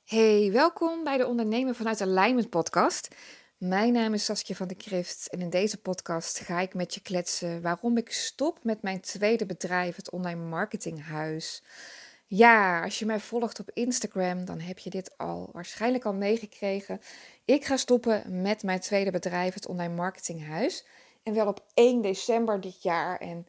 Hey, welkom bij de Ondernemen vanuit Alignment podcast. Mijn naam is Saskia van de Krift en in deze podcast ga ik met je kletsen waarom ik stop met mijn tweede bedrijf, het online marketinghuis. Ja, als je mij volgt op Instagram, dan heb je dit waarschijnlijk al meegekregen. Ik ga stoppen met mijn tweede bedrijf, het online marketinghuis. En wel op 1 december dit jaar. En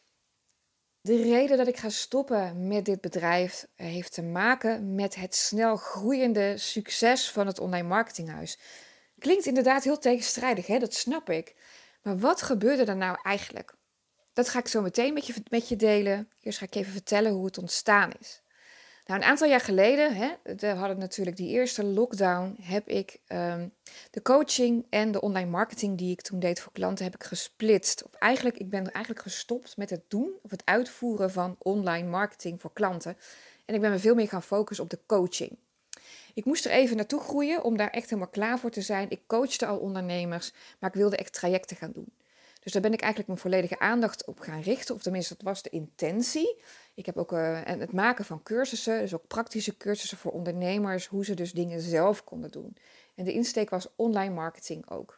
de reden dat ik ga stoppen met dit bedrijf heeft te maken met het snel groeiende succes van het online marketinghuis. Klinkt inderdaad heel tegenstrijdig, hè? Dat snap ik. Maar wat gebeurde er nou eigenlijk? Dat ga ik zo meteen met je delen. Eerst ga ik even vertellen hoe het ontstaan is. Nou, een aantal jaar geleden, we hadden natuurlijk die eerste lockdown, heb ik de coaching en de online marketing die ik toen deed voor klanten, heb ik gesplitst. Ik ben eigenlijk gestopt met het doen of het uitvoeren van online marketing voor klanten. En ik ben me veel meer gaan focussen op de coaching. Ik moest er even naartoe groeien om daar echt helemaal klaar voor te zijn. Ik coachte al ondernemers, maar ik wilde echt trajecten gaan doen. Dus daar ben ik eigenlijk mijn volledige aandacht op gaan richten. Of tenminste, dat was de intentie. Ik heb ook het maken van cursussen, dus ook praktische cursussen voor ondernemers, hoe ze dus dingen zelf konden doen. En de insteek was online marketing ook.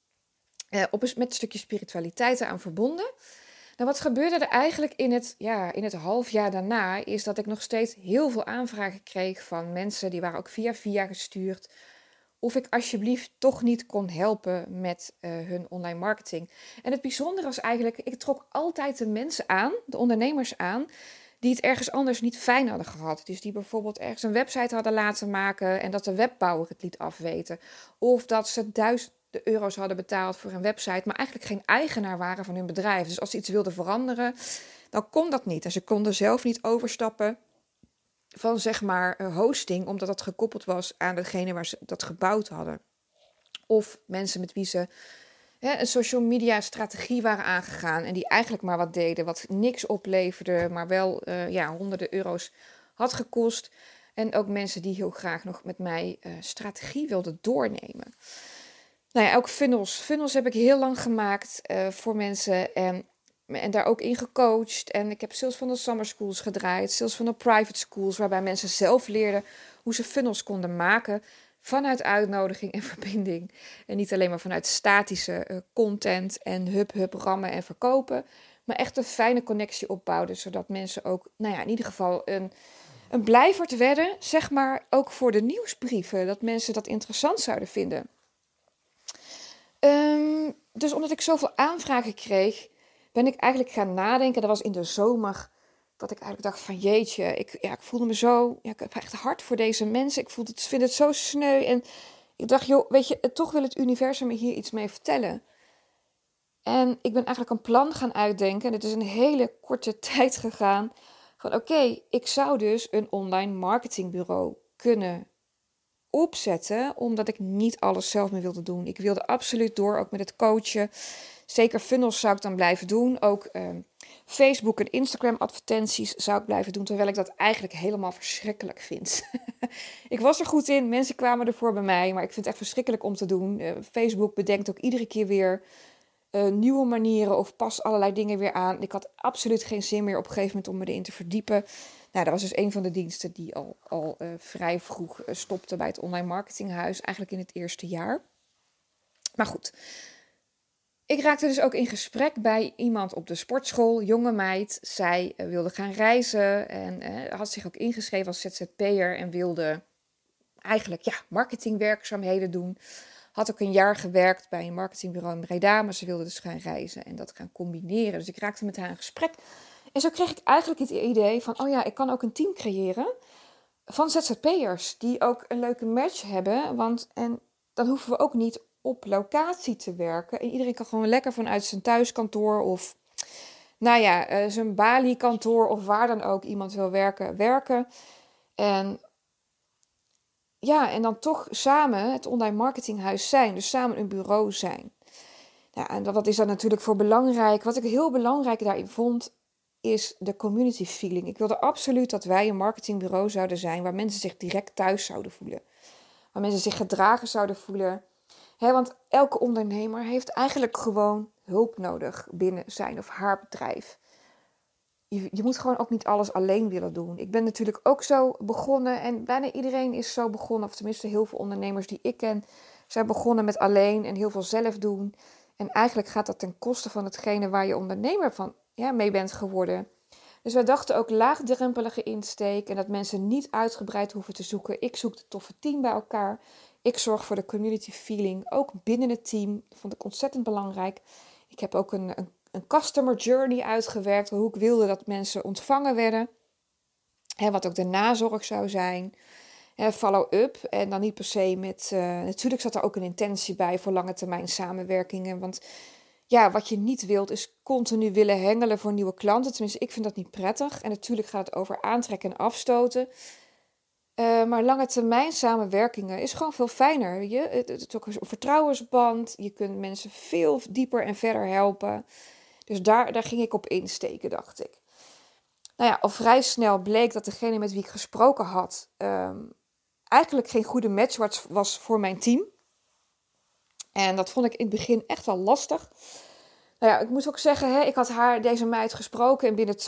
Met een stukje spiritualiteit eraan verbonden. Nou, wat gebeurde er eigenlijk in het half jaar daarna, is dat ik nog steeds heel veel aanvragen kreeg van mensen, die waren ook via gestuurd, of ik alsjeblieft toch niet kon helpen met hun online marketing. En het bijzondere was eigenlijk, ik trok altijd de mensen aan, de ondernemers aan, die het ergens anders niet fijn hadden gehad. Dus die bijvoorbeeld ergens een website hadden laten maken en dat de webbouwer het liet afweten. Of dat ze duizenden euro's hadden betaald voor een website, maar eigenlijk geen eigenaar waren van hun bedrijf. Dus als ze iets wilden veranderen, dan kon dat niet. En ze konden zelf niet overstappen van zeg maar hosting, omdat dat gekoppeld was aan degene waar ze dat gebouwd hadden. Of mensen met wie ze een social media strategie waren aangegaan en die eigenlijk maar wat deden, wat niks opleverde, maar wel honderden euro's had gekost. En ook mensen die heel graag nog met mij strategie wilden doornemen. Nou ja, ook funnels. Funnels heb ik heel lang gemaakt voor mensen en daar ook in gecoacht. En ik heb sales van de summer schools gedraaid, sales van de private schools, waarbij mensen zelf leerden hoe ze funnels konden maken vanuit uitnodiging en verbinding. En niet alleen maar vanuit statische content en hup, rammen en verkopen. Maar echt een fijne connectie opbouwden, zodat mensen ook, in ieder geval een blijverd werden, zeg maar, ook voor de nieuwsbrieven. Dat mensen dat interessant zouden vinden. Dus omdat ik zoveel aanvragen kreeg, ben ik eigenlijk gaan nadenken. Dat was in de zomer dat ik eigenlijk dacht van jeetje, ik voelde me zo, ik heb echt hard voor deze mensen. Vind het zo sneu. En ik dacht, joh, weet je, toch wil het universum me hier iets mee vertellen. En ik ben eigenlijk een plan gaan uitdenken. En het is een hele korte tijd gegaan. Van oké, ik zou dus een online marketingbureau kunnen opzetten, omdat ik niet alles zelf meer wilde doen. Ik wilde absoluut door, ook met het coachen. Zeker funnels zou ik dan blijven doen. Ook Facebook en Instagram advertenties zou ik blijven doen, terwijl ik dat eigenlijk helemaal verschrikkelijk vind. Ik was er goed in, mensen kwamen ervoor bij mij, maar ik vind het echt verschrikkelijk om te doen. Facebook bedenkt ook iedere keer weer nieuwe manieren of past allerlei dingen weer aan. Ik had absoluut geen zin meer op een gegeven moment om me erin te verdiepen. Nou, dat was dus een van de diensten die al vrij vroeg stopte bij het online marketinghuis, eigenlijk in het eerste jaar. Maar goed, ik raakte dus ook in gesprek bij iemand op de sportschool, jonge meid. Zij wilde gaan reizen en had zich ook ingeschreven als ZZP'er en wilde eigenlijk marketingwerkzaamheden doen. Had ook een jaar gewerkt bij een marketingbureau in Breda, maar ze wilde dus gaan reizen en dat gaan combineren. Dus ik raakte met haar in gesprek. En zo kreeg ik eigenlijk het idee van, ik kan ook een team creëren van ZZP'ers die ook een leuke match hebben. En dan hoeven we ook niet op locatie te werken. En iedereen kan gewoon lekker vanuit zijn thuiskantoor of zijn Bali-kantoor of waar dan ook iemand wil werken. En dan toch samen het online marketinghuis zijn. Dus samen een bureau zijn. Ja, en wat is daar natuurlijk voor belangrijk? Wat ik heel belangrijk daarin vond, is de community feeling. Ik wilde absoluut dat wij een marketingbureau zouden zijn waar mensen zich direct thuis zouden voelen. Waar mensen zich gedragen zouden voelen. Want elke ondernemer heeft eigenlijk gewoon hulp nodig binnen zijn of haar bedrijf. je moet gewoon ook niet alles alleen willen doen. Ik ben natuurlijk ook zo begonnen en bijna iedereen is zo begonnen. Of tenminste heel veel ondernemers die ik ken zijn begonnen met alleen en heel veel zelf doen. En eigenlijk gaat dat ten koste van hetgene waar je ondernemer van, mee bent geworden. Dus wij dachten ook laagdrempelige insteek en dat mensen niet uitgebreid hoeven te zoeken. Ik zoek de toffe team bij elkaar. Ik zorg voor de community feeling, ook binnen het team. Dat vond ik ontzettend belangrijk. Ik heb ook een customer journey uitgewerkt, hoe ik wilde dat mensen ontvangen werden. Wat ook de nazorg zou zijn. Follow-up en dan niet per se met... natuurlijk zat er ook een intentie bij voor lange termijn samenwerkingen. Want wat je niet wilt is continu willen hengelen voor nieuwe klanten. Tenminste, ik vind dat niet prettig. En natuurlijk gaat het over aantrekken en afstoten. Maar lange termijn samenwerkingen is gewoon veel fijner. Het is ook een vertrouwensband. Je kunt mensen veel dieper en verder helpen. Dus daar ging ik op insteken, dacht ik. Al vrij snel bleek dat degene met wie ik gesproken had eigenlijk geen goede match was voor mijn team. En dat vond ik in het begin echt wel lastig. Ik moet ook zeggen, ik had deze meid gesproken en binnen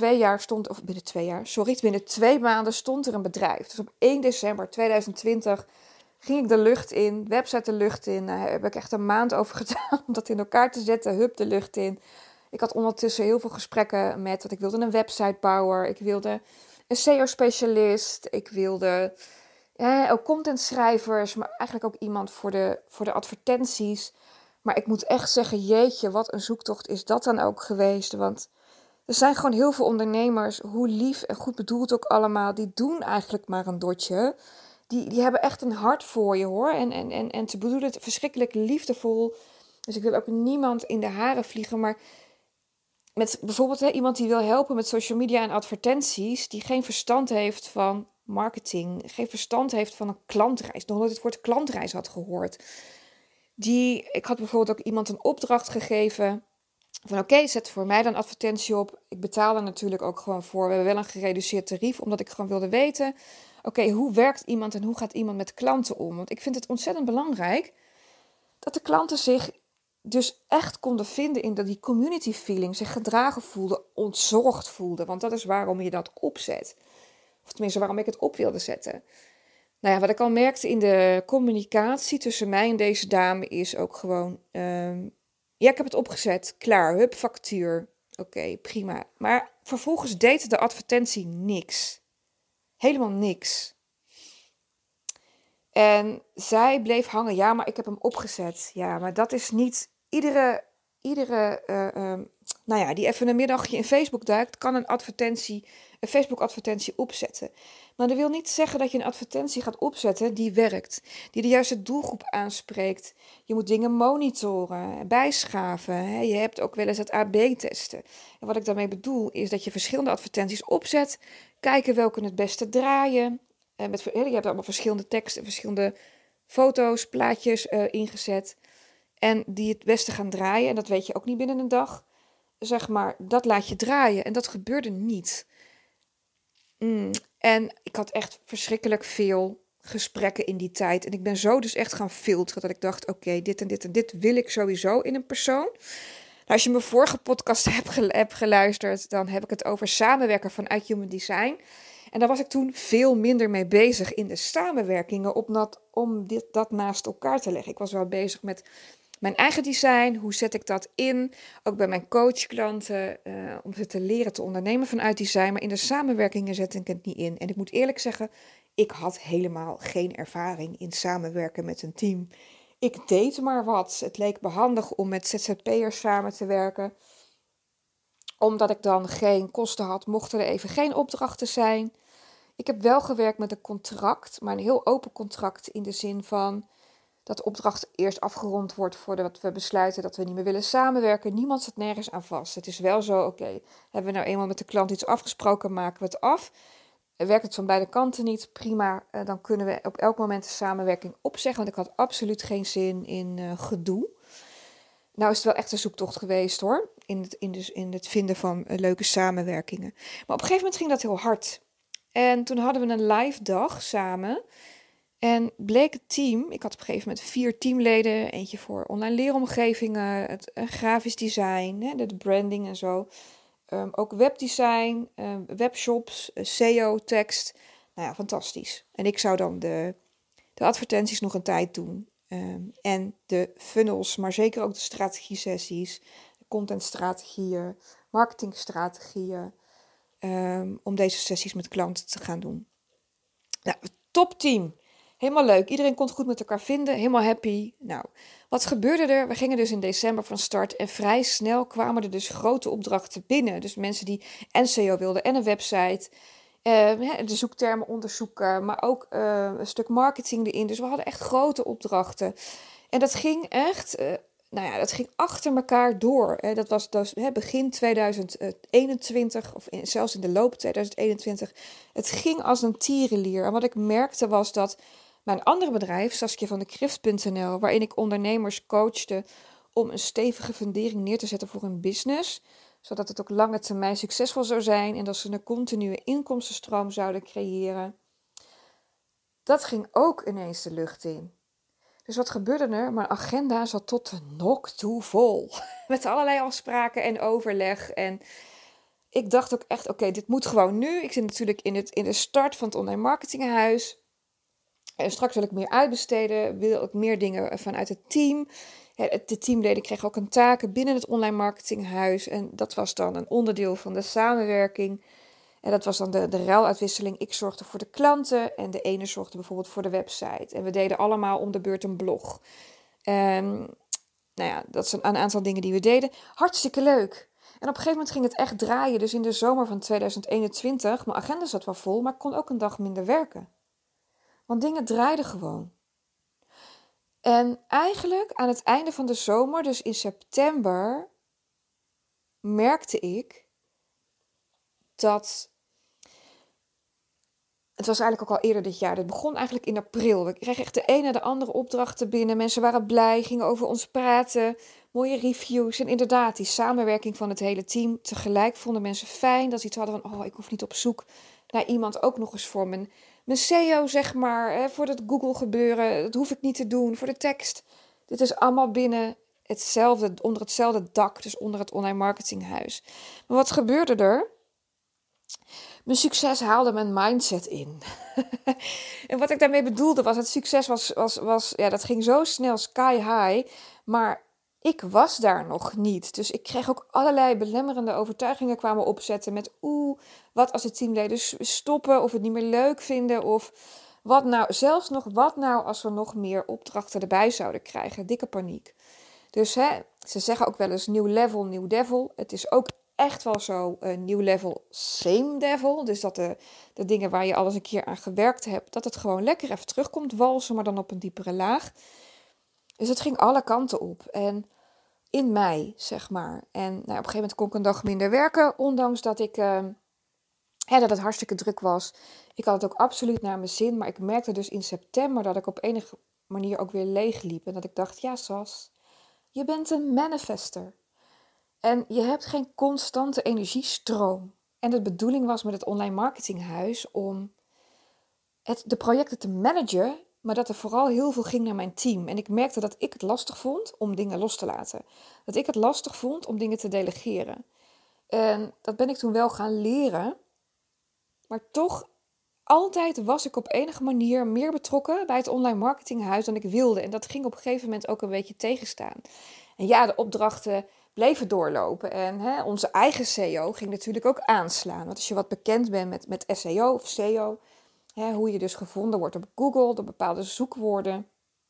2 maanden stond er een bedrijf. Dus op 1 december 2020 ging ik de lucht in, website de lucht in. Daar heb ik echt een maand over gedaan om dat in elkaar te zetten, hup de lucht in. Ik had ondertussen heel veel gesprekken met, want ik wilde een websitebouwer, ik wilde een SEO-specialist, ik wilde ook contentschrijvers, maar eigenlijk ook iemand voor de advertenties. Maar ik moet echt zeggen, jeetje, wat een zoektocht is dat dan ook geweest. Want er zijn gewoon heel veel ondernemers, hoe lief en goed bedoeld ook allemaal, die doen eigenlijk maar een dotje. Die hebben echt een hart voor je hoor. En ze bedoelen het verschrikkelijk liefdevol. Dus ik wil ook niemand in de haren vliegen, maar met bijvoorbeeld iemand die wil helpen met social media en advertenties, die geen verstand heeft van marketing, geen verstand heeft van een klantreis, nog nooit het woord klantreis had gehoord. Ik had bijvoorbeeld ook iemand een opdracht gegeven van oké, zet voor mij dan advertentie op. Ik betaal er natuurlijk ook gewoon voor. We hebben wel een gereduceerd tarief, omdat ik gewoon wilde weten, oké, hoe werkt iemand en hoe gaat iemand met klanten om? Want ik vind het ontzettend belangrijk dat de klanten zich dus echt konden vinden in die community feeling, zich gedragen voelden, ontzorgd voelden. Want dat is waarom je dat opzet. Of tenminste, waarom ik het op wilde zetten. Wat ik al merkte in de communicatie tussen mij en deze dame is ook gewoon... ik heb het opgezet, klaar, hup, factuur. Oké, prima. Maar vervolgens deed de advertentie niks. Helemaal niks. En zij bleef hangen, ja, maar ik heb hem opgezet. Ja, maar dat is niet... Iedere die even een middagje in Facebook duikt, kan een Facebook-advertentie opzetten. Maar dat wil niet zeggen dat je een advertentie gaat opzetten die werkt, die de juiste doelgroep aanspreekt. Je moet dingen monitoren, bijschaven. Je hebt ook wel eens het AB-testen. En wat ik daarmee bedoel is dat je verschillende advertenties opzet, kijken welke het beste draaien. Je hebt allemaal verschillende teksten, verschillende foto's, plaatjes ingezet. En die het beste gaan draaien. En dat weet je ook niet binnen een dag. Zeg maar, dat laat je draaien. En dat gebeurde niet. En ik had echt verschrikkelijk veel gesprekken in die tijd. En ik ben zo dus echt gaan filteren. Dat ik dacht, oké, dit en dit en dit wil ik sowieso in een persoon. Als je mijn vorige podcast hebt geluisterd, dan heb ik het over samenwerken vanuit Human Design. En daar was ik toen veel minder mee bezig in de samenwerkingen om dat naast elkaar te leggen. Ik was wel bezig met mijn eigen design, hoe zet ik dat in? Ook bij mijn coachklanten, om ze te leren te ondernemen vanuit design. Maar in de samenwerkingen zet ik het niet in. En ik moet eerlijk zeggen, ik had helemaal geen ervaring in samenwerken met een team. Ik deed maar wat. Het leek me handig om met ZZP'ers samen te werken. Omdat ik dan geen kosten had, mochten er even geen opdrachten zijn. Ik heb wel gewerkt met een contract, maar een heel open contract in de zin van dat de opdracht eerst afgerond wordt voordat we besluiten dat we niet meer willen samenwerken. Niemand zit nergens aan vast. Het is wel zo, oké, hebben we nou eenmaal met de klant iets afgesproken, maken we het af. Werkt het van beide kanten niet, prima. Dan kunnen we op elk moment de samenwerking opzeggen, want ik had absoluut geen zin in gedoe. Nou is het wel echt een zoektocht geweest hoor, in het vinden van leuke samenwerkingen. Maar op een gegeven moment ging dat heel hard. En toen hadden we een live dag samen. En bleek het team, ik had op een gegeven moment 4 teamleden. Eentje voor online leeromgevingen, het grafisch design, de branding en zo. ook webdesign, webshops, SEO, tekst. Nou ja, fantastisch. En ik zou dan de advertenties nog een tijd doen. En de funnels, maar zeker ook de strategie-sessies, de contentstrategieën, marketingstrategieën, om deze sessies met klanten te gaan doen. Nou, topteam. Helemaal leuk. Iedereen kon het goed met elkaar vinden. Helemaal happy. Nou, wat gebeurde er? We gingen dus in december van start. En vrij snel kwamen er dus grote opdrachten binnen. Dus mensen die en SEO wilden en een website. De zoektermen onderzoeken. Maar ook een stuk marketing erin. Dus we hadden echt grote opdrachten. En dat ging echt... dat ging achter elkaar door. Dat was begin 2021, of zelfs in de loop 2021. Het ging als een tierenlier. En wat ik merkte was dat mijn andere bedrijf, saskiavandekrift.nl, waarin ik ondernemers coachte om een stevige fundering neer te zetten voor hun business, zodat het ook lange termijn succesvol zou zijn en dat ze een continue inkomstenstroom zouden creëren. Dat ging ook ineens de lucht in. Dus wat gebeurde er? Mijn agenda zat tot de nok toe vol. Met allerlei afspraken en overleg. En ik dacht ook echt, oké, dit moet gewoon nu. Ik zit natuurlijk in de start van het online marketinghuis. En straks wil ik meer uitbesteden. Wil ik meer dingen vanuit het team. De teamleden kregen ook een taak binnen het online marketinghuis. En dat was dan een onderdeel van de samenwerking. En dat was dan de ruiluitwisseling. Ik zorgde voor de klanten en de ene zorgde bijvoorbeeld voor de website. En we deden allemaal om de beurt een blog. Dat zijn een aantal dingen die we deden. Hartstikke leuk. En op een gegeven moment ging het echt draaien. Dus in de zomer van 2021, mijn agenda zat wel vol, maar ik kon ook een dag minder werken. Want dingen draaiden gewoon. En eigenlijk aan het einde van de zomer, dus in september, merkte ik dat... Het was eigenlijk ook al eerder dit jaar. Het begon eigenlijk in april. We kregen echt de ene na de andere opdrachten binnen. Mensen waren blij, gingen over ons praten. Mooie reviews. En inderdaad, die samenwerking van het hele team. Tegelijk vonden mensen fijn dat ze iets hadden van... ik hoef niet op zoek naar iemand ook nog eens voor mijn SEO, zeg maar. Voor dat Google gebeuren. Dat hoef ik niet te doen. Voor de tekst. Dit is allemaal binnen hetzelfde, onder hetzelfde dak. Dus onder het online marketinghuis. Maar wat gebeurde er? Mijn succes haalde mijn mindset in. En wat ik daarmee bedoelde was, het succes was dat ging zo snel sky high. Maar ik was daar nog niet. Dus ik kreeg ook allerlei belemmerende overtuigingen kwamen opzetten met wat als de teamleden stoppen of het niet meer leuk vinden of wat nou als we nog meer opdrachten erbij zouden krijgen. Dikke paniek. Dus ze zeggen ook wel eens nieuw level, nieuw devil. Het is ook echt wel zo nieuw level, same devil. Dus dat de dingen waar je al eens een keer aan gewerkt hebt, dat het gewoon lekker even terugkomt walsen, maar dan op een diepere laag. Dus het ging alle kanten op. En in mei, zeg maar. En op een gegeven moment kon ik een dag minder werken, ondanks dat dat het hartstikke druk was. Ik had het ook absoluut naar mijn zin, maar ik merkte dus in september dat ik op enige manier ook weer leeg liep. En dat ik dacht, ja Sas, je bent een manifester. En je hebt geen constante energiestroom. En de bedoeling was met het online marketinghuis om de projecten te managen, maar dat er vooral heel veel ging naar mijn team. En ik merkte dat ik het lastig vond om dingen los te laten. Dat ik het lastig vond om dingen te delegeren. En dat ben ik toen wel gaan leren. Maar toch, altijd was ik op enige manier meer betrokken bij het online marketinghuis dan ik wilde. En dat ging op een gegeven moment ook een beetje tegenstaan. En ja, de opdrachten bleven doorlopen. En onze eigen SEO ging natuurlijk ook aanslaan. Want als je wat bekend bent met SEO of SEO, hoe je dus gevonden wordt op Google door bepaalde zoekwoorden,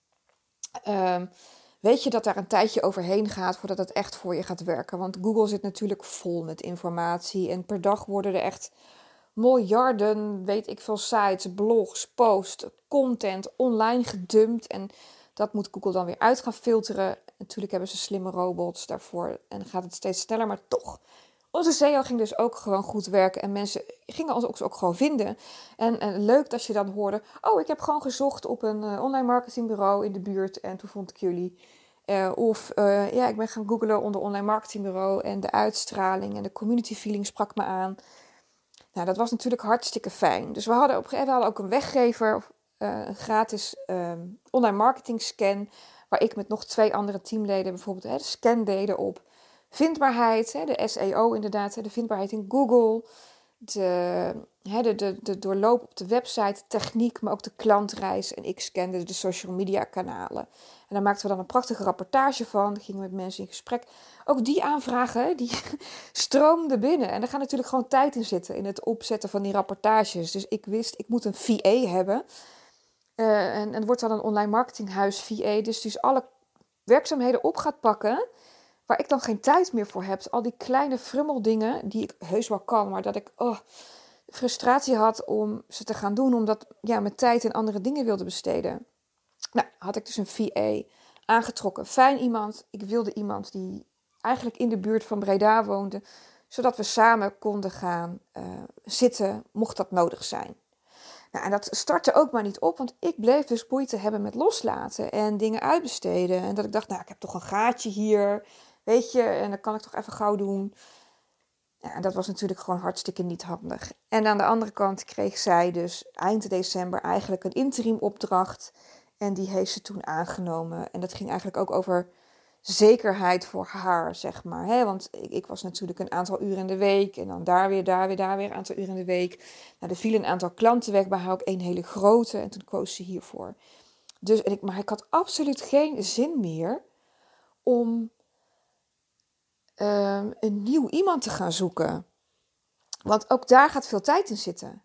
weet je dat daar een tijdje overheen gaat voordat het echt voor je gaat werken. Want Google zit natuurlijk vol met informatie en per dag worden er echt miljarden, weet ik veel, sites, blogs, posts, content online gedumpt. En dat moet Google dan weer uit gaan filteren. Natuurlijk hebben ze slimme robots daarvoor en gaat het steeds sneller, maar toch. Onze SEO ging dus ook gewoon goed werken en mensen gingen ons ook gewoon vinden. En leuk dat je dan hoorde, ik heb gewoon gezocht op een online marketingbureau in de buurt en toen vond ik jullie. Ik ben gaan googlen onder online marketingbureau en de uitstraling en de community feeling sprak me aan. Nou, dat was natuurlijk hartstikke fijn. Dus we hadden ook een weggever, een gratis online marketing scan, waar ik met nog 2 andere teamleden bijvoorbeeld de scan deden op vindbaarheid, hè, de SEO inderdaad, hè, de vindbaarheid in Google, de doorloop op de website, techniek, maar ook de klantreis. En ik scande de social media kanalen. En daar maakten we dan een prachtige rapportage van. Dan gingen we met mensen in gesprek. Ook die aanvragen, die stroomden binnen. En er gaat natuurlijk gewoon tijd in zitten in het opzetten van die rapportages. Dus ik wist, ik moet een VA hebben. En het wordt dan een online marketinghuis VA. Dus alle werkzaamheden op gaat pakken waar ik dan geen tijd meer voor heb. Al die kleine frummeldingen die ik heus wel kan, maar dat ik frustratie had om ze te gaan doen, omdat mijn tijd in andere dingen wilde besteden. Nou, had ik dus een VA aangetrokken. Fijn iemand. Ik wilde iemand die eigenlijk in de buurt van Breda woonde, zodat we samen konden gaan zitten, mocht dat nodig zijn. Nou, en dat startte ook maar niet op, want ik bleef dus moeite hebben met loslaten en dingen uitbesteden. En dat ik dacht, ik heb toch een gaatje hier, weet je, en dat kan ik toch even gauw doen. Ja, en dat was natuurlijk gewoon hartstikke niet handig. En aan de andere kant kreeg zij dus eind december eigenlijk een interim opdracht. En die heeft ze toen aangenomen. En dat ging eigenlijk ook over zekerheid voor haar, zeg maar. Hè? Want ik was natuurlijk een aantal uren in de week. En dan daar weer een aantal uren in de week. Nou, er vielen een aantal klanten weg, bij haar ook één hele grote. En toen koos ze hiervoor. Maar ik had absoluut geen zin meer om een nieuw iemand te gaan zoeken. Want ook daar gaat veel tijd in zitten.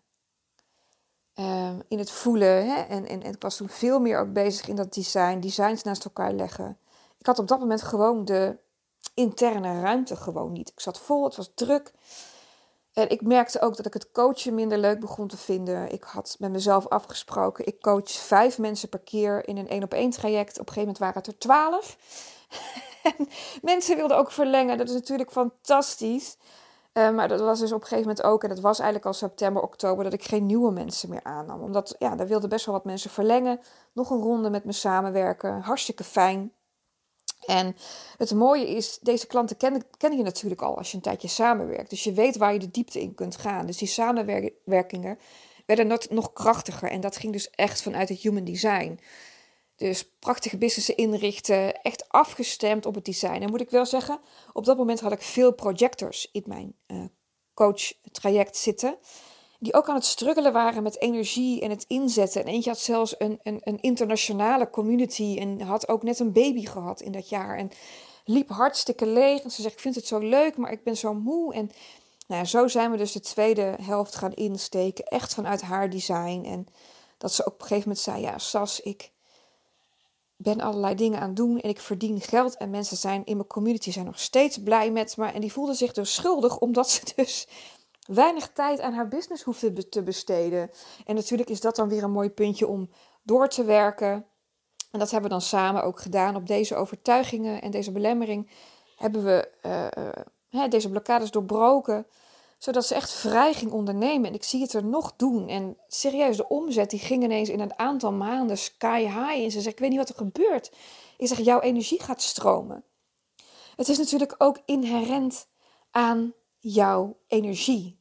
In het voelen. Hè? En ik was toen veel meer ook bezig in dat designs naast elkaar leggen. Ik had op dat moment gewoon de interne ruimte gewoon niet. Ik zat vol, het was druk. En ik merkte ook dat ik het coachen minder leuk begon te vinden. Ik had met mezelf afgesproken, ik coach 5 mensen per keer in een 1-op-1 traject. Op een gegeven moment waren het er 12. En mensen wilden ook verlengen. Dat is natuurlijk fantastisch. Maar dat was dus op een gegeven moment ook, en dat was eigenlijk al september, oktober, dat ik geen nieuwe mensen meer aannam. Omdat, daar wilden best wel wat mensen verlengen. Nog een ronde met me samenwerken. Hartstikke fijn. En het mooie is, deze klanten ken je natuurlijk al als je een tijdje samenwerkt. Dus je weet waar je de diepte in kunt gaan. Dus die samenwerkingen werden nog krachtiger. En dat ging dus echt vanuit het human design. Dus prachtige businessen inrichten, echt afgestemd op het design. En moet ik wel zeggen, op dat moment had ik veel projectors in mijn coach-traject zitten. Die ook aan het struggelen waren met energie en het inzetten. En eentje had zelfs een internationale community en had ook net een baby gehad in dat jaar. En liep hartstikke leeg. En ze zegt, ik vind het zo leuk, maar ik ben zo moe. En zo zijn we dus de tweede helft gaan insteken. Echt vanuit haar design. En dat ze ook op een gegeven moment zei, Sas, ik ben allerlei dingen aan het doen en ik verdien geld. En mensen zijn in mijn community zijn nog steeds blij met me. En die voelde zich dus schuldig, omdat ze dus weinig tijd aan haar business hoefde te besteden. En natuurlijk is dat dan weer een mooi puntje om door te werken. En dat hebben we dan samen ook gedaan. Op deze overtuigingen en deze belemmering hebben we deze blokkades doorbroken, zodat ze echt vrij ging ondernemen. En ik zie het er nog doen. En serieus, de omzet die ging ineens in een aantal maanden sky high. En ze zegt, ik weet niet wat er gebeurt. Ik zeg, jouw energie gaat stromen. Het is natuurlijk ook inherent aan jouw energie.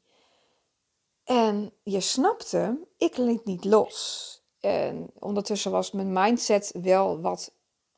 En je snapte, ik liet niet los. En ondertussen was mijn mindset wel wat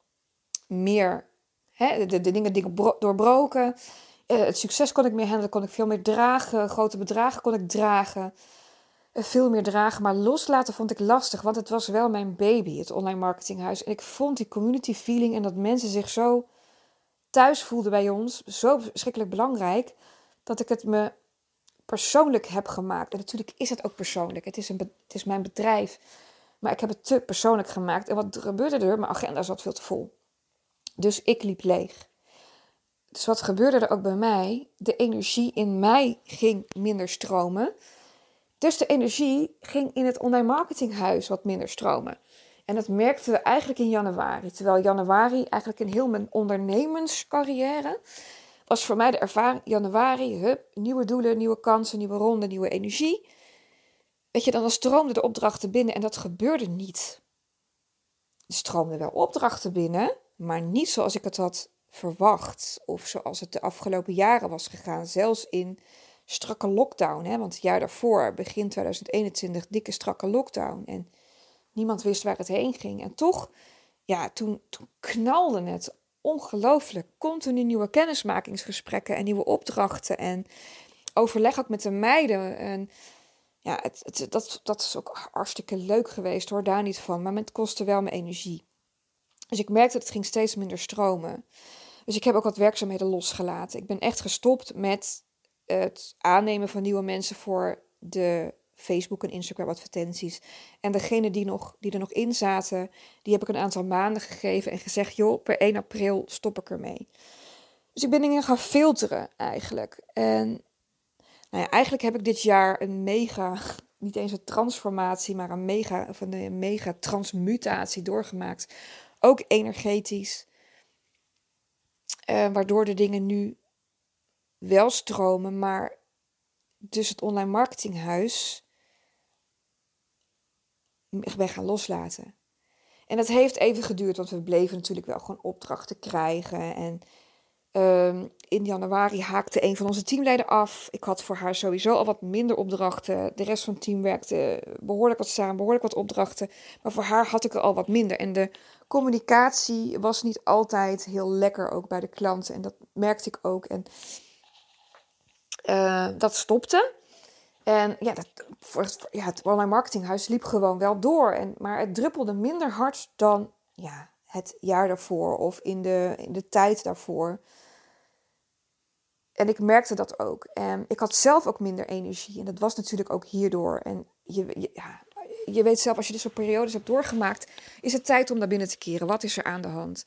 meer, de dingen doorbroken. Het succes kon ik meer handelen, kon ik veel meer dragen. Grote bedragen kon ik dragen. Veel meer dragen, maar loslaten vond ik lastig. Want het was wel mijn baby, het online marketinghuis. En ik vond die community feeling en dat mensen zich zo thuis voelden bij ons zo verschrikkelijk belangrijk, dat ik het me persoonlijk heb gemaakt. En natuurlijk is het ook persoonlijk. Het is mijn bedrijf. Maar ik heb het te persoonlijk gemaakt. En wat gebeurde er? Mijn agenda zat veel te vol. Dus ik liep leeg. Dus wat gebeurde er ook bij mij? De energie in mij ging minder stromen. Dus de energie ging in het online marketinghuis wat minder stromen. En dat merkten we eigenlijk in januari. Terwijl januari eigenlijk in heel mijn ondernemerscarrière was voor mij de ervaring, januari, nieuwe doelen, nieuwe kansen, nieuwe ronde, nieuwe energie. Weet je, dan stroomden de opdrachten binnen en dat gebeurde niet. Er stroomden wel opdrachten binnen, maar niet zoals ik het had verwacht. Of zoals het de afgelopen jaren was gegaan, zelfs in strakke lockdown. Want het jaar daarvoor, begin 2021, dikke strakke lockdown. En niemand wist waar het heen ging. En toch, toen knalde het ongelooflijk. Continu nieuwe kennismakingsgesprekken en nieuwe opdrachten. En overleg ook met de meiden. En ja, dat is ook hartstikke leuk geweest hoor, daar niet van. Maar het kostte wel mijn energie. Dus ik merkte dat het ging steeds minder stromen. Dus ik heb ook wat werkzaamheden losgelaten. Ik ben echt gestopt met het aannemen van nieuwe mensen voor de Facebook en Instagram advertenties. En degene die er nog in zaten, die heb ik een aantal maanden gegeven en gezegd, joh, per 1 april stop ik ermee. Dus ik ben dingen gaan filteren eigenlijk. En nou ja, eigenlijk heb ik dit jaar een mega, niet eens een transformatie, maar een mega transmutatie doorgemaakt. Ook energetisch. Waardoor de dingen nu wel stromen, maar dus het online marketinghuis ben gaan loslaten. En dat heeft even geduurd, want we bleven natuurlijk wel gewoon opdrachten krijgen. En in januari haakte een van onze teamleden af. Ik had voor haar sowieso al wat minder opdrachten. De rest van het team werkte behoorlijk wat samen, behoorlijk wat opdrachten. Maar voor haar had ik er al wat minder. En de communicatie was niet altijd heel lekker, ook bij de klanten. En dat merkte ik ook. En dat stopte. En ja, het online marketinghuis liep gewoon wel door. Maar het druppelde minder hard dan het jaar daarvoor of in de tijd daarvoor. En ik merkte dat ook. En ik had zelf ook minder energie. En dat was natuurlijk ook hierdoor. En je weet zelf, als je dit soort periodes hebt doorgemaakt, is het tijd om naar binnen te keren. Wat is er aan de hand?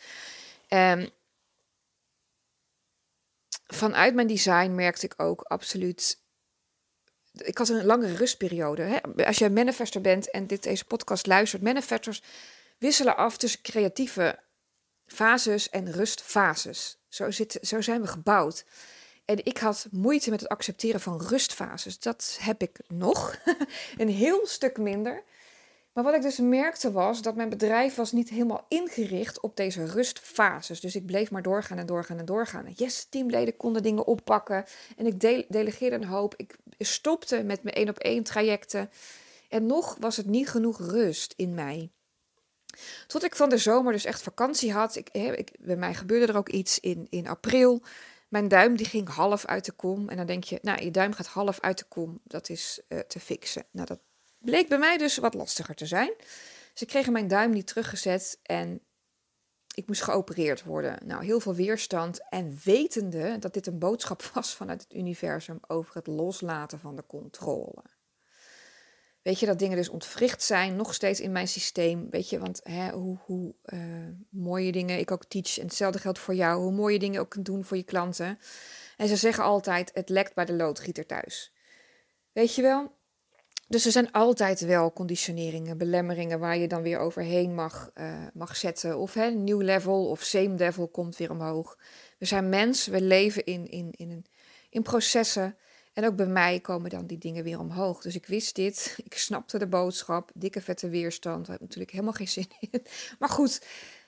Vanuit mijn design merkte ik ook absoluut. Ik had een lange rustperiode. Hè? Als jij manifester bent en deze podcast luistert, manifestors wisselen af tussen creatieve fases en rustfases. Zo zijn we gebouwd. En ik had moeite met het accepteren van rustfases. Dat heb ik nog. Een heel stuk minder. Maar wat ik dus merkte was dat mijn bedrijf was niet helemaal ingericht op deze rustfases. Dus ik bleef maar doorgaan en doorgaan en doorgaan. Yes, teamleden konden dingen oppakken. En ik delegeerde een hoop. Ik stopte met mijn 1-op-1 trajecten. En nog was het niet genoeg rust in mij. Tot ik van de zomer dus echt vakantie had. Bij mij gebeurde er ook iets in april. Mijn duim die ging half uit de kom. En dan denk je, nou, je duim gaat half uit de kom. Dat is te fixen. Nou, dat bleek bij mij dus wat lastiger te zijn. Ze kregen mijn duim niet teruggezet en ik moest geopereerd worden. Nou, heel veel weerstand en wetende dat dit een boodschap was vanuit het universum over het loslaten van de controle. Weet je, dat dingen dus ontwricht zijn, nog steeds in mijn systeem. Weet je, want hoe mooie dingen ik ook teach, en hetzelfde geldt voor jou, hoe mooie dingen ook kunt doen voor je klanten. En ze zeggen altijd, het lekt bij de loodgieter thuis. Weet je wel? Dus er zijn altijd wel conditioneringen, belemmeringen waar je dan weer overheen mag zetten. Of een nieuw level of same level komt weer omhoog. We zijn mens, we leven in processen. En ook bij mij komen dan die dingen weer omhoog. Dus ik wist dit, ik snapte de boodschap, dikke vette weerstand. Daar heb ik natuurlijk helemaal geen zin in. Maar goed,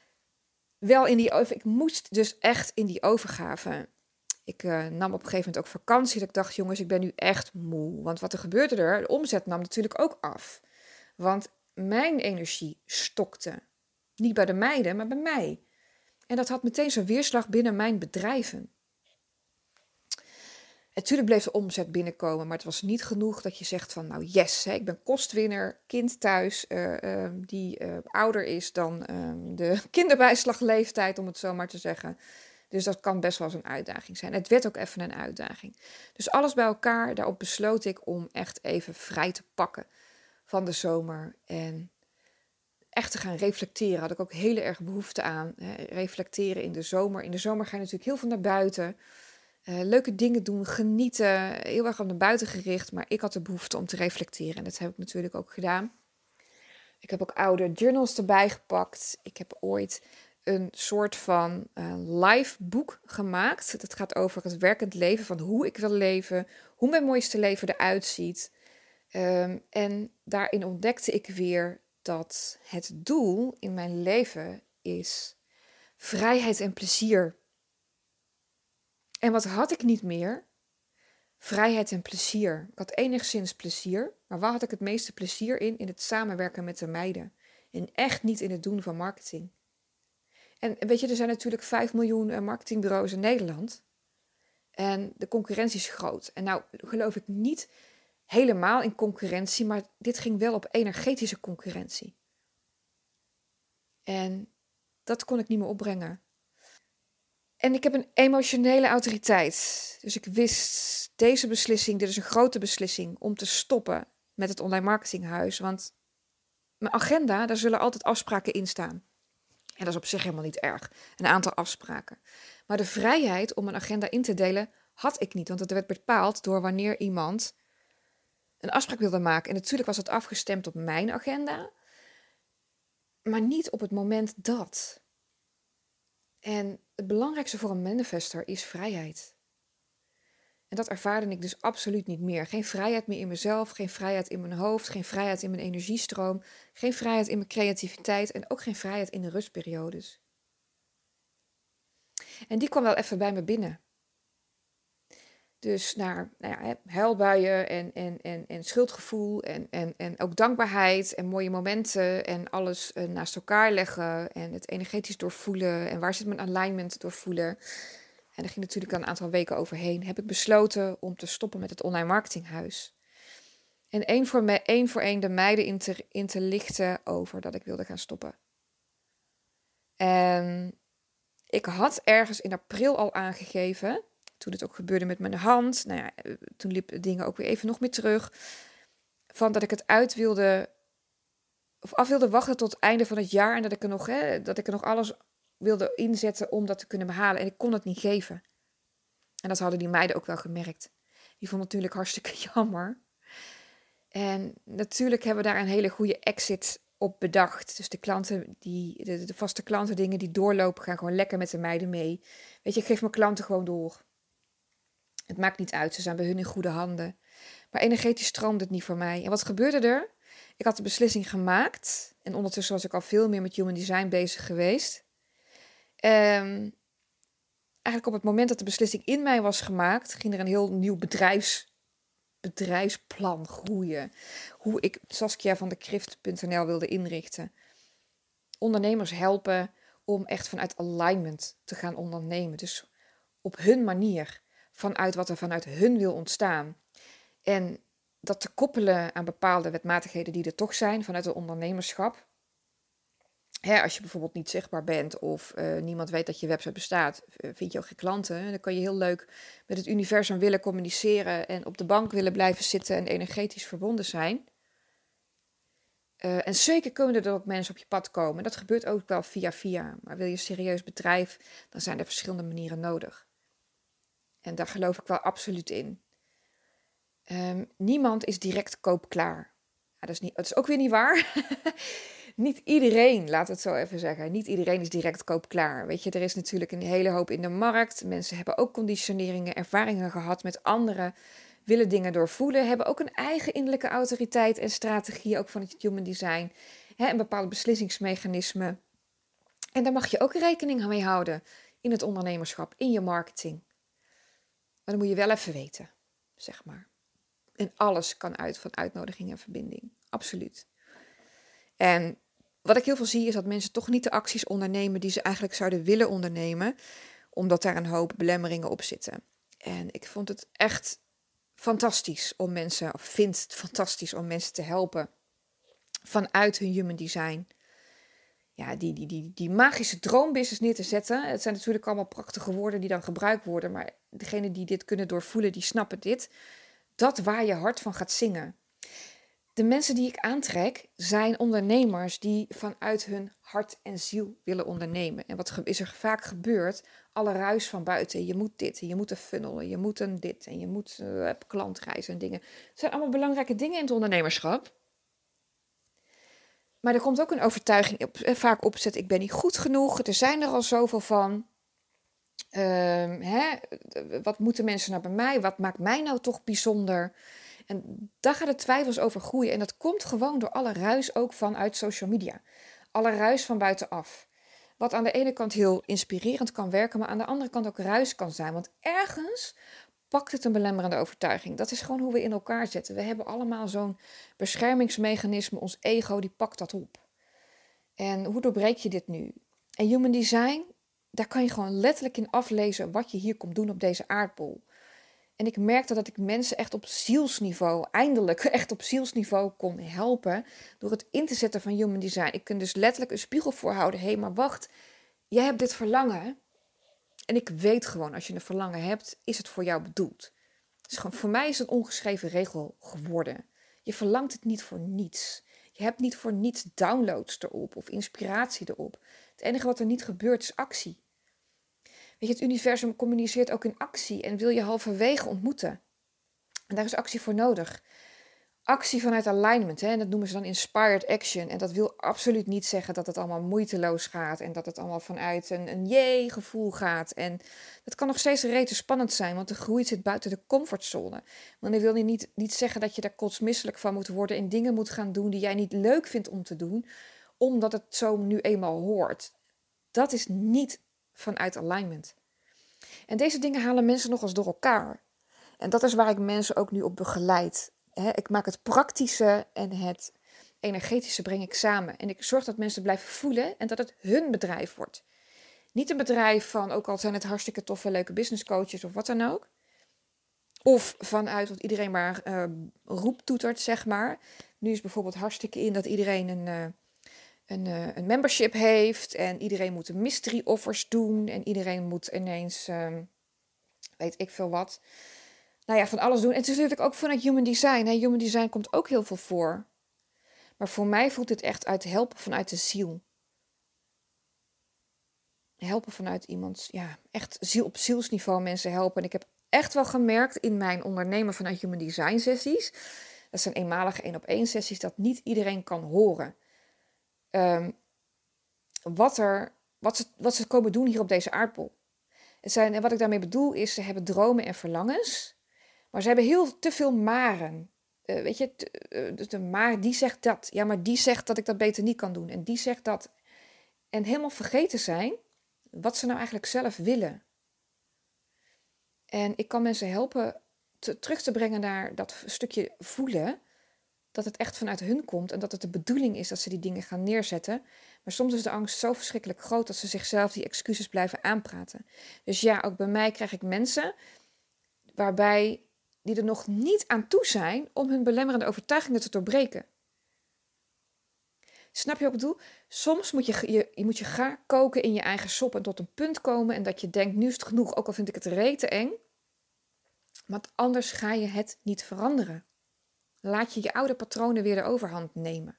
ik moest dus echt in die overgave. Ik nam op een gegeven moment ook vakantie. Dat ik dacht, jongens, ik ben nu echt moe. Want wat er gebeurde de omzet nam natuurlijk ook af. Want mijn energie stokte. Niet bij de meiden, maar bij mij. En dat had meteen zo'n weerslag binnen mijn bedrijven. En natuurlijk bleef de omzet binnenkomen, maar het was niet genoeg dat je zegt van, nou yes, ik ben kostwinner, kind thuis, die ouder is dan de kinderbijslagleeftijd, om het zo maar te zeggen. Dus dat kan best wel eens een uitdaging zijn. Het werd ook even een uitdaging. Dus alles bij elkaar, daarop besloot ik om echt even vrij te pakken van de zomer. En echt te gaan reflecteren. Had ik ook heel erg behoefte aan. Reflecteren in de zomer. In de zomer ga je natuurlijk heel veel naar buiten. Leuke dingen doen, genieten. Heel erg naar buiten gericht. Maar ik had de behoefte om te reflecteren. En dat heb ik natuurlijk ook gedaan. Ik heb ook oude journals erbij gepakt. Ik heb ooit een soort van live boek gemaakt. Dat gaat over het werkend leven, van hoe ik wil leven, hoe mijn mooiste leven eruit ziet. En daarin ontdekte ik weer dat het doel in mijn leven is vrijheid en plezier. En wat had ik niet meer? Vrijheid en plezier. Ik had enigszins plezier, maar waar had ik het meeste plezier in? In het samenwerken met de meiden. En echt niet in het doen van marketing. En weet je, er zijn natuurlijk 5 miljoen marketingbureaus in Nederland. En de concurrentie is groot. En nou geloof ik niet helemaal in concurrentie, maar dit ging wel op energetische concurrentie. En dat kon ik niet meer opbrengen. En ik heb een emotionele autoriteit. Dus ik wist, deze beslissing, dit is een grote beslissing om te stoppen met het online marketinghuis. Want mijn agenda, daar zullen altijd afspraken in staan. En dat is op zich helemaal niet erg. Een aantal afspraken. Maar de vrijheid om een agenda in te delen had ik niet. Want het werd bepaald door wanneer iemand een afspraak wilde maken. En natuurlijk was het afgestemd op mijn agenda. Maar niet op het moment dat. En het belangrijkste voor een manifester is vrijheid. En dat ervaarde ik dus absoluut niet meer. Geen vrijheid meer in mezelf, geen vrijheid in mijn hoofd, geen vrijheid in mijn energiestroom, geen vrijheid in mijn creativiteit en ook geen vrijheid in de rustperiodes. En die kwam wel even bij me binnen. Dus naar huilbuien en schuldgevoel en ook dankbaarheid en mooie momenten en alles naast elkaar leggen en het energetisch doorvoelen en waar zit mijn alignment doorvoelen. En daar ging natuurlijk al een aantal weken overheen. Heb ik besloten om te stoppen met het online marketinghuis. En één voor één de meiden in te lichten over dat ik wilde gaan stoppen. En ik had ergens in april al aangegeven, toen het ook gebeurde met mijn hand, toen liepen dingen ook weer even nog meer terug, van dat ik het af wilde wachten tot het einde van het jaar en dat ik er nog alles wilde inzetten om dat te kunnen behalen. En ik kon het niet geven. En dat hadden die meiden ook wel gemerkt. Die vonden het natuurlijk hartstikke jammer. En natuurlijk hebben we daar een hele goede exit op bedacht. Dus de klanten, de vaste klanten dingen die doorlopen, gaan gewoon lekker met de meiden mee. Weet je, ik geef mijn klanten gewoon door. Het maakt niet uit, ze zijn bij hun in goede handen. Maar energetisch stroomde het niet voor mij. En wat gebeurde er? Ik had de beslissing gemaakt. En ondertussen was ik al veel meer met human design bezig geweest. Eigenlijk op het moment dat de beslissing in mij was gemaakt, ging er een heel nieuw bedrijfsplan groeien. Hoe ik Saskia van de Krift.nl wilde inrichten. Ondernemers helpen om echt vanuit alignment te gaan ondernemen. Dus op hun manier, vanuit wat er vanuit hun wil ontstaan. En dat te koppelen aan bepaalde wetmatigheden die er toch zijn vanuit het ondernemerschap. Als je bijvoorbeeld niet zichtbaar bent of niemand weet dat je website bestaat, vind je ook geen klanten. Dan kan je heel leuk met het universum willen communiceren en op de bank willen blijven zitten en energetisch verbonden zijn. En zeker kunnen er ook mensen op je pad komen. Dat gebeurt ook wel via. Maar wil je een serieus bedrijf, dan zijn er verschillende manieren nodig. En daar geloof ik wel absoluut in. Niemand is direct koopklaar. Ja, dat is ook weer niet waar. Niet iedereen, laat het zo even zeggen. Niet iedereen is direct koopklaar. Weet je, er is natuurlijk een hele hoop in de markt. Mensen hebben ook conditioneringen, ervaringen gehad met anderen. Willen dingen doorvoelen. Hebben ook een eigen innerlijke autoriteit en strategie. Ook van het human design. Een bepaalde beslissingsmechanismen. En daar mag je ook rekening mee houden. In het ondernemerschap, in je marketing. Maar dan moet je wel even weten, zeg maar. En alles kan uit van uitnodiging en verbinding. Absoluut. En wat ik heel veel zie is dat mensen toch niet de acties ondernemen die ze eigenlijk zouden willen ondernemen. Omdat daar een hoop belemmeringen op zitten. En ik vond het echt fantastisch om mensen, of vind het fantastisch om mensen te helpen. Vanuit hun human design. Ja, die magische droombusiness neer te zetten. Het zijn natuurlijk allemaal prachtige woorden die dan gebruikt worden. Maar degenen die dit kunnen doorvoelen, die snappen dit. Dat waar je hart van gaat zingen. De mensen die ik aantrek zijn ondernemers die vanuit hun hart en ziel willen ondernemen. En wat is er vaak gebeurd? Alle ruis van buiten. Je moet dit en je moet een funnel en je moet een dit en je moet klantreizen en dingen. Het zijn allemaal belangrijke dingen in het ondernemerschap. Maar er komt ook een overtuiging vaak opzet. Ik ben niet goed genoeg. Er zijn er al zoveel van. Wat moeten mensen nou bij mij? Wat maakt mij nou toch bijzonder? En daar gaat de twijfels over groeien. En dat komt gewoon door alle ruis ook vanuit social media. Alle ruis van buitenaf. Wat aan de ene kant heel inspirerend kan werken, maar aan de andere kant ook ruis kan zijn. Want ergens pakt het een belemmerende overtuiging. Dat is gewoon hoe we in elkaar zitten. We hebben allemaal zo'n beschermingsmechanisme. Ons ego, die pakt dat op. En hoe doorbreek je dit nu? En human design, daar kan je gewoon letterlijk in aflezen wat je hier komt doen op deze aardbol. En ik merkte dat ik mensen echt op zielsniveau, eindelijk echt op zielsniveau kon helpen door het in te zetten van human design. Ik kan dus letterlijk een spiegel voorhouden. Hé, maar wacht, jij hebt dit verlangen. En ik weet gewoon, als je een verlangen hebt, is het voor jou bedoeld. Dus gewoon, voor mij is het een ongeschreven regel geworden. Je verlangt het niet voor niets. Je hebt niet voor niets downloads erop of inspiratie erop. Het enige wat er niet gebeurt is actie. Weet je, het universum communiceert ook in actie en wil je halverwege ontmoeten. En daar is actie voor nodig. Actie vanuit alignment, hè? En dat noemen ze dan inspired action. En dat wil absoluut niet zeggen dat het allemaal moeiteloos gaat en dat het allemaal vanuit een jee gevoel gaat. En dat kan nog steeds rete spannend zijn, want de groei zit buiten de comfortzone. Want dan wil je niet zeggen dat je daar kotsmisselijk van moet worden en dingen moet gaan doen die jij niet leuk vindt om te doen, omdat het zo nu eenmaal hoort. Dat is niet vanuit alignment. En deze dingen halen mensen nog eens door elkaar. En dat is waar ik mensen ook nu op begeleid. Ik maak het praktische en het energetische breng ik samen. En ik zorg dat mensen blijven voelen en dat het hun bedrijf wordt. Niet een bedrijf van, ook al zijn het hartstikke toffe, leuke businesscoaches of wat dan ook. Of vanuit dat iedereen maar roeptoetert, zeg maar. Nu is bijvoorbeeld hartstikke in dat iedereen een membership heeft. En iedereen moet een mystery offers doen. En iedereen moet ineens, weet ik veel wat. Nou ja, van alles doen. En het is natuurlijk ook vanuit human design. Human design komt ook heel veel voor. Maar voor mij voelt dit echt uit helpen vanuit de ziel. Helpen vanuit iemands, ja, echt op zielsniveau mensen helpen. En ik heb echt wel gemerkt in mijn ondernemen vanuit human design sessies. Dat zijn eenmalige 1-op-1 sessies, dat niet iedereen kan horen. Wat ze komen doen hier op deze aardbol. En wat ik daarmee bedoel is, ze hebben dromen en verlangens. Maar ze hebben te veel maren. Weet je, de maar die zegt dat. Ja, maar die zegt dat ik dat beter niet kan doen. En die zegt dat. En helemaal vergeten zijn wat ze nou eigenlijk zelf willen. En ik kan mensen helpen terug te brengen naar dat stukje voelen. Dat het echt vanuit hun komt. En dat het de bedoeling is dat ze die dingen gaan neerzetten. Maar soms is de angst zo verschrikkelijk groot dat ze zichzelf die excuses blijven aanpraten. Dus ja, ook bij mij krijg ik mensen waarbij die er nog niet aan toe zijn om hun belemmerende overtuigingen te doorbreken. Snap je wat ik bedoel? Soms moet je gaar koken in je eigen sop en tot een punt komen en dat je denkt, nu is het genoeg, ook al vind ik het rete eng. Want anders ga je het niet veranderen. Laat je oude patronen weer de overhand nemen.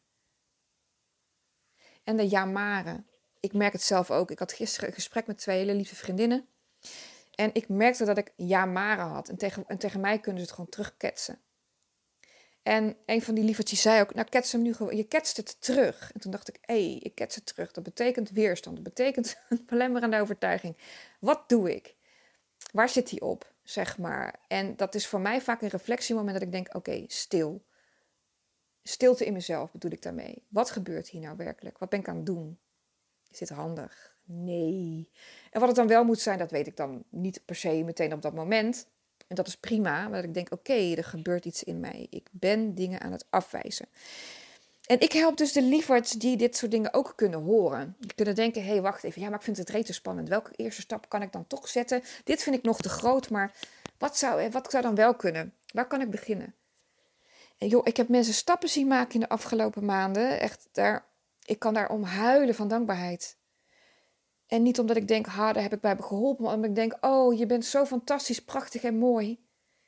En de ja-maren. Ik merk het zelf ook. Ik had gisteren een gesprek met 2 hele lieve vriendinnen. En ik merkte dat ik ja-maren had. En tegen mij kunnen ze het gewoon terugketsen. En een van die lievertjes zei ook, nou kets hem nu gewoon, je ketst het terug. En toen dacht ik, ik kets het terug. Dat betekent weerstand, dat betekent een belemmerende overtuiging. Wat doe ik? Waar zit die op, zeg maar? En dat is voor mij vaak een reflectiemoment dat ik denk, oké, stil. Stilte in mezelf bedoel ik daarmee. Wat gebeurt hier nou werkelijk? Wat ben ik aan het doen? Is dit handig? Nee. En wat het dan wel moet zijn, dat weet ik dan niet per se meteen op dat moment. En dat is prima, maar ik denk, oké, er gebeurt iets in mij. Ik ben dingen aan het afwijzen. En ik help dus de lieverds die dit soort dingen ook kunnen horen. Die kunnen denken, hé, wacht even, ja, maar ik vind het rete spannend. Welke eerste stap kan ik dan toch zetten? Dit vind ik nog te groot, maar wat zou dan wel kunnen? Waar kan ik beginnen? En joh, ik heb mensen stappen zien maken in de afgelopen maanden. Echt, ik kan daar om huilen van dankbaarheid. En niet omdat ik denk, daar heb ik bij geholpen. Maar omdat ik denk, oh, je bent zo fantastisch, prachtig en mooi.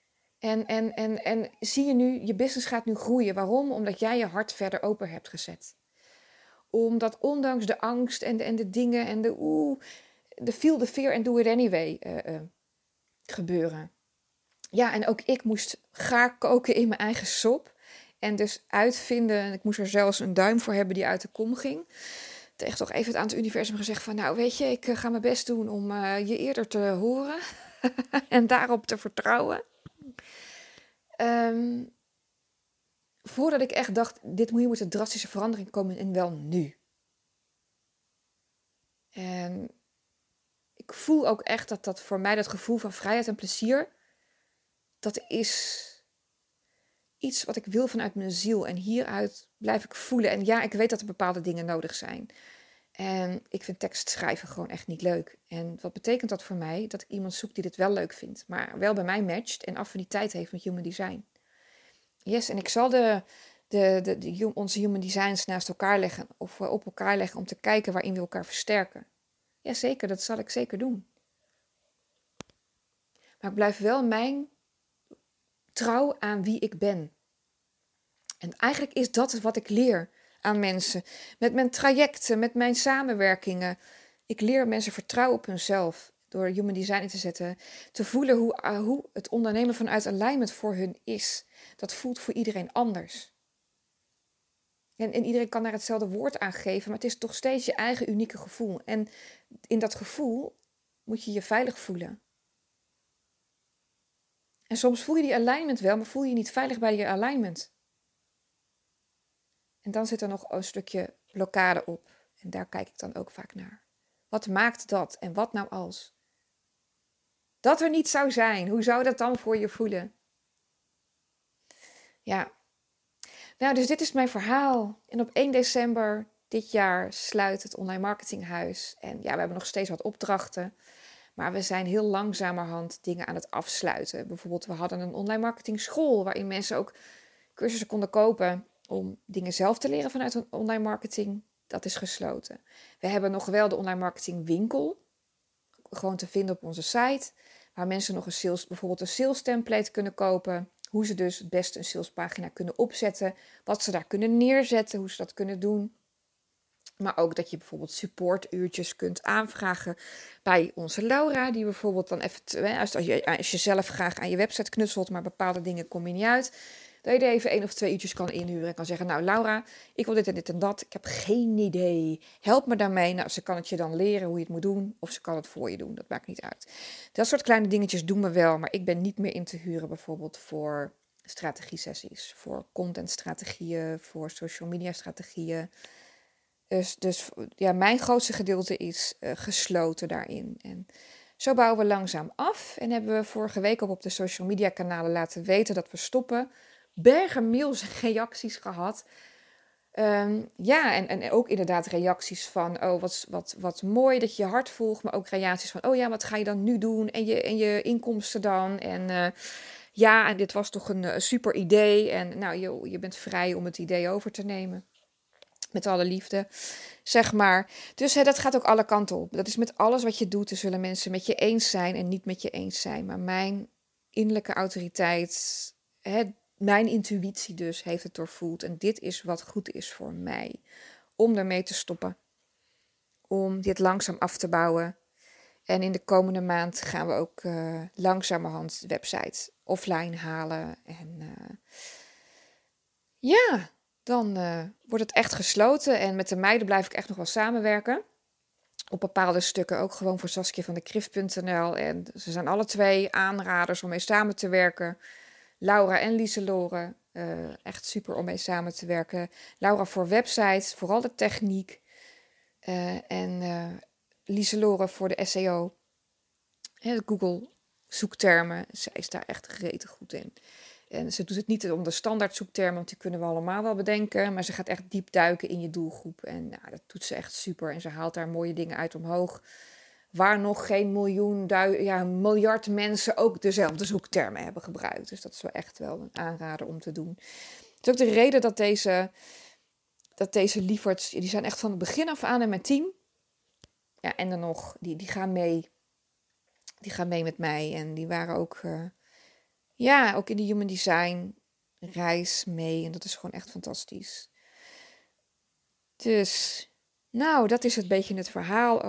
En zie je nu, je business gaat nu groeien. Waarom? Omdat jij je hart verder open hebt gezet. Omdat ondanks de angst en de dingen en de feel the fear and do it anyway gebeuren. Ja, en ook ik moest gaar koken in mijn eigen sop. En dus uitvinden, ik moest er zelfs een duim voor hebben die uit de kom ging. Tegen toch even aan het universum gezegd van, nou weet je, ik ga mijn best doen om je eerder te horen. En daarop te vertrouwen. Voordat ik echt dacht, hier moet een drastische verandering komen en wel nu. En ik voel ook echt dat voor mij dat gevoel van vrijheid en plezier, dat is iets wat ik wil vanuit mijn ziel. En hieruit blijf ik voelen. En ja, ik weet dat er bepaalde dingen nodig zijn. En ik vind tekst schrijven gewoon echt niet leuk. En wat betekent dat voor mij? Dat ik iemand zoek die dit wel leuk vindt. Maar wel bij mij matcht en affiniteit heeft met human design. Yes, en ik zal onze human designs naast elkaar leggen. Of op elkaar leggen om te kijken waarin we elkaar versterken. Ja, zeker. Dat zal ik zeker doen. Maar ik blijf wel mijn trouw aan wie ik ben. En eigenlijk is dat wat ik leer aan mensen. Met mijn trajecten, met mijn samenwerkingen. Ik leer mensen vertrouwen op hunzelf. Door human design in te zetten. Te voelen hoe het ondernemen vanuit alignment voor hun is. Dat voelt voor iedereen anders. En iedereen kan daar hetzelfde woord aan geven. Maar het is toch steeds je eigen unieke gevoel. En in dat gevoel moet je je veilig voelen. En soms voel je die alignment wel, maar voel je je niet veilig bij je alignment. En dan zit er nog een stukje blokkade op. En daar kijk ik dan ook vaak naar. Wat maakt dat? En wat nou als? Dat er niet zou zijn. Hoe zou dat dan voor je voelen? Ja. Nou, dus dit is mijn verhaal. En op 1 december dit jaar sluit het Online Marketinghuis. En ja, we hebben nog steeds wat opdrachten. Maar we zijn heel langzamerhand dingen aan het afsluiten. Bijvoorbeeld, we hadden een online marketing school waarin mensen ook cursussen konden kopen om dingen zelf te leren vanuit een online marketing. Dat is gesloten. We hebben nog wel de online marketing winkel. Gewoon te vinden op onze site. Waar mensen nog bijvoorbeeld een sales template kunnen kopen. Hoe ze dus het beste een salespagina kunnen opzetten. Wat ze daar kunnen neerzetten. Hoe ze dat kunnen doen. Maar ook dat je bijvoorbeeld supportuurtjes kunt aanvragen bij onze Laura. Die bijvoorbeeld dan even, als je zelf graag aan je website knutselt, maar bepaalde dingen kom je niet uit. Dat je er even 1 of 2 uurtjes kan inhuren en kan zeggen, nou Laura, ik wil dit en dit en dat. Ik heb geen idee. Help me daarmee. Nou, ze kan het je dan leren hoe je het moet doen. Of ze kan het voor je doen. Dat maakt niet uit. Dat soort kleine dingetjes doen we wel. Maar ik ben niet meer in te huren bijvoorbeeld voor strategie-sessies. Voor contentstrategieën, voor social media strategieën. Dus ja, mijn grootste gedeelte is gesloten daarin. En zo bouwen we langzaam af. En hebben we vorige week op de social media kanalen laten weten dat we stoppen. Bergen mails en reacties gehad. Ja, en ook inderdaad reacties van, oh, wat mooi dat je je hart volgt. Maar ook reacties van, oh ja, wat ga je dan nu doen? En je inkomsten dan? En ja, en dit was toch een super idee. En nou, je bent vrij om het idee over te nemen. Met alle liefde, zeg maar. Dus dat gaat ook alle kanten op. Dat is met alles wat je doet. Er zullen mensen met je eens zijn en niet met je eens zijn. Maar mijn innerlijke autoriteit, mijn intuïtie dus, heeft het doorvoeld. En dit is wat goed is voor mij. Om ermee te stoppen. Om dit langzaam af te bouwen. En in de komende maand gaan we ook langzamerhand de website offline halen. En ja, dan wordt het echt gesloten. En met de meiden blijf ik echt nog wel samenwerken. Op bepaalde stukken ook gewoon voor Saskia van de Krift.nl. En ze zijn alle 2 aanraders om mee samen te werken. Laura en Lieselore. Echt super om mee samen te werken. Laura voor websites, vooral de techniek. En Lieselore voor de SEO. De Google zoektermen. Zij is daar echt rete goed in. En ze doet het niet om de standaard zoektermen, want die kunnen we allemaal wel bedenken. Maar ze gaat echt diep duiken in je doelgroep. En nou, dat doet ze echt super. En ze haalt daar mooie dingen uit omhoog. Waar nog geen miljard mensen ook dezelfde zoektermen hebben gebruikt. Dus dat is wel echt wel een aanrader om te doen. Het is ook de reden dat deze lieverds, die zijn echt van het begin af aan in mijn team. Ja, en dan nog, die gaan mee. Die gaan mee met mij. En die waren ook... ook in de human design reis mee. En dat is gewoon echt fantastisch. Dus, nou, dat is een beetje het verhaal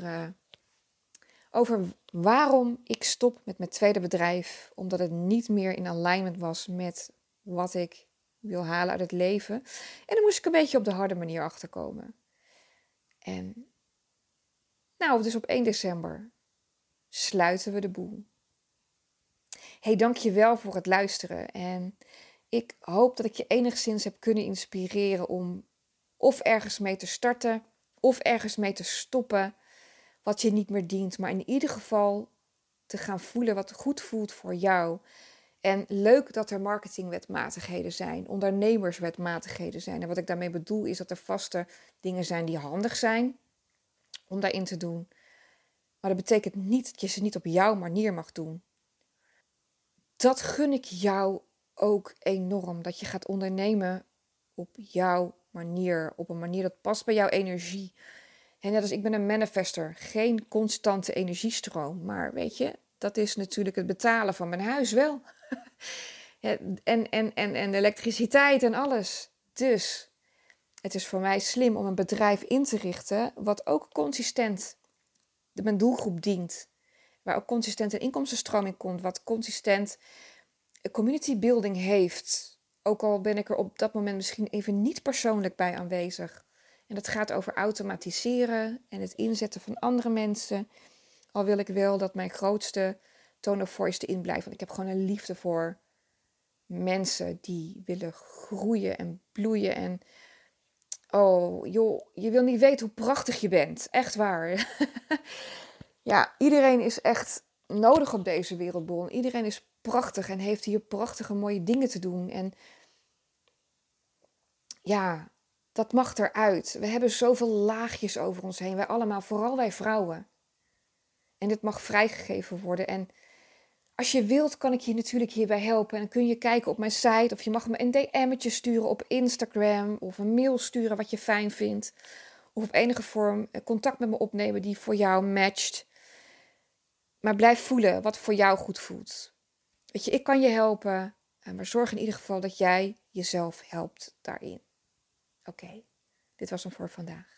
over waarom ik stop met mijn tweede bedrijf. Omdat het niet meer in alignment was met wat ik wil halen uit het leven. En dan moest ik een beetje op de harde manier achterkomen. En, nou, dus op 1 december sluiten we de boel. Hey, dank je wel voor het luisteren. En ik hoop dat ik je enigszins heb kunnen inspireren om of ergens mee te starten of ergens mee te stoppen wat je niet meer dient. Maar in ieder geval te gaan voelen wat goed voelt voor jou. En leuk dat er marketingwetmatigheden zijn, ondernemerswetmatigheden zijn. En wat ik daarmee bedoel is dat er vaste dingen zijn die handig zijn. om daarin te doen. Maar dat betekent niet dat je ze niet op jouw manier mag doen. Dat gun ik jou ook enorm. Dat je gaat ondernemen op jouw manier. Op een manier dat past bij jouw energie. En net als ik ben een manifester. Geen constante energiestroom. Maar weet je, dat is natuurlijk het betalen van mijn huis wel. En de elektriciteit en alles. Dus het is voor mij slim om een bedrijf in te richten wat ook consistent mijn doelgroep dient. Waar ook consistent een inkomstenstroom in komt. Wat consistent community building heeft. Ook al ben ik er op dat moment misschien even niet persoonlijk bij aanwezig. En dat gaat over automatiseren en het inzetten van andere mensen. Al wil ik wel dat mijn grootste tone of voice erin blijft. Want ik heb gewoon een liefde voor mensen die willen groeien en bloeien. En oh joh, je wil niet weten hoe prachtig je bent. Echt waar. Ja, iedereen is echt nodig op deze wereldbol. Iedereen is prachtig en heeft hier prachtige mooie dingen te doen. En ja, dat mag eruit. We hebben zoveel laagjes over ons heen. Wij allemaal, vooral wij vrouwen. En dit mag vrijgegeven worden. En als je wilt, kan ik je natuurlijk hierbij helpen. En dan kun je kijken op mijn site. Of je mag me een DM'tje sturen op Instagram. Of een mail sturen wat je fijn vindt. Of op enige vorm contact met me opnemen die voor jou matcht. Maar blijf voelen wat voor jou goed voelt. Weet je, ik kan je helpen. Maar zorg in ieder geval dat jij jezelf helpt daarin. Oké, dit was hem voor vandaag.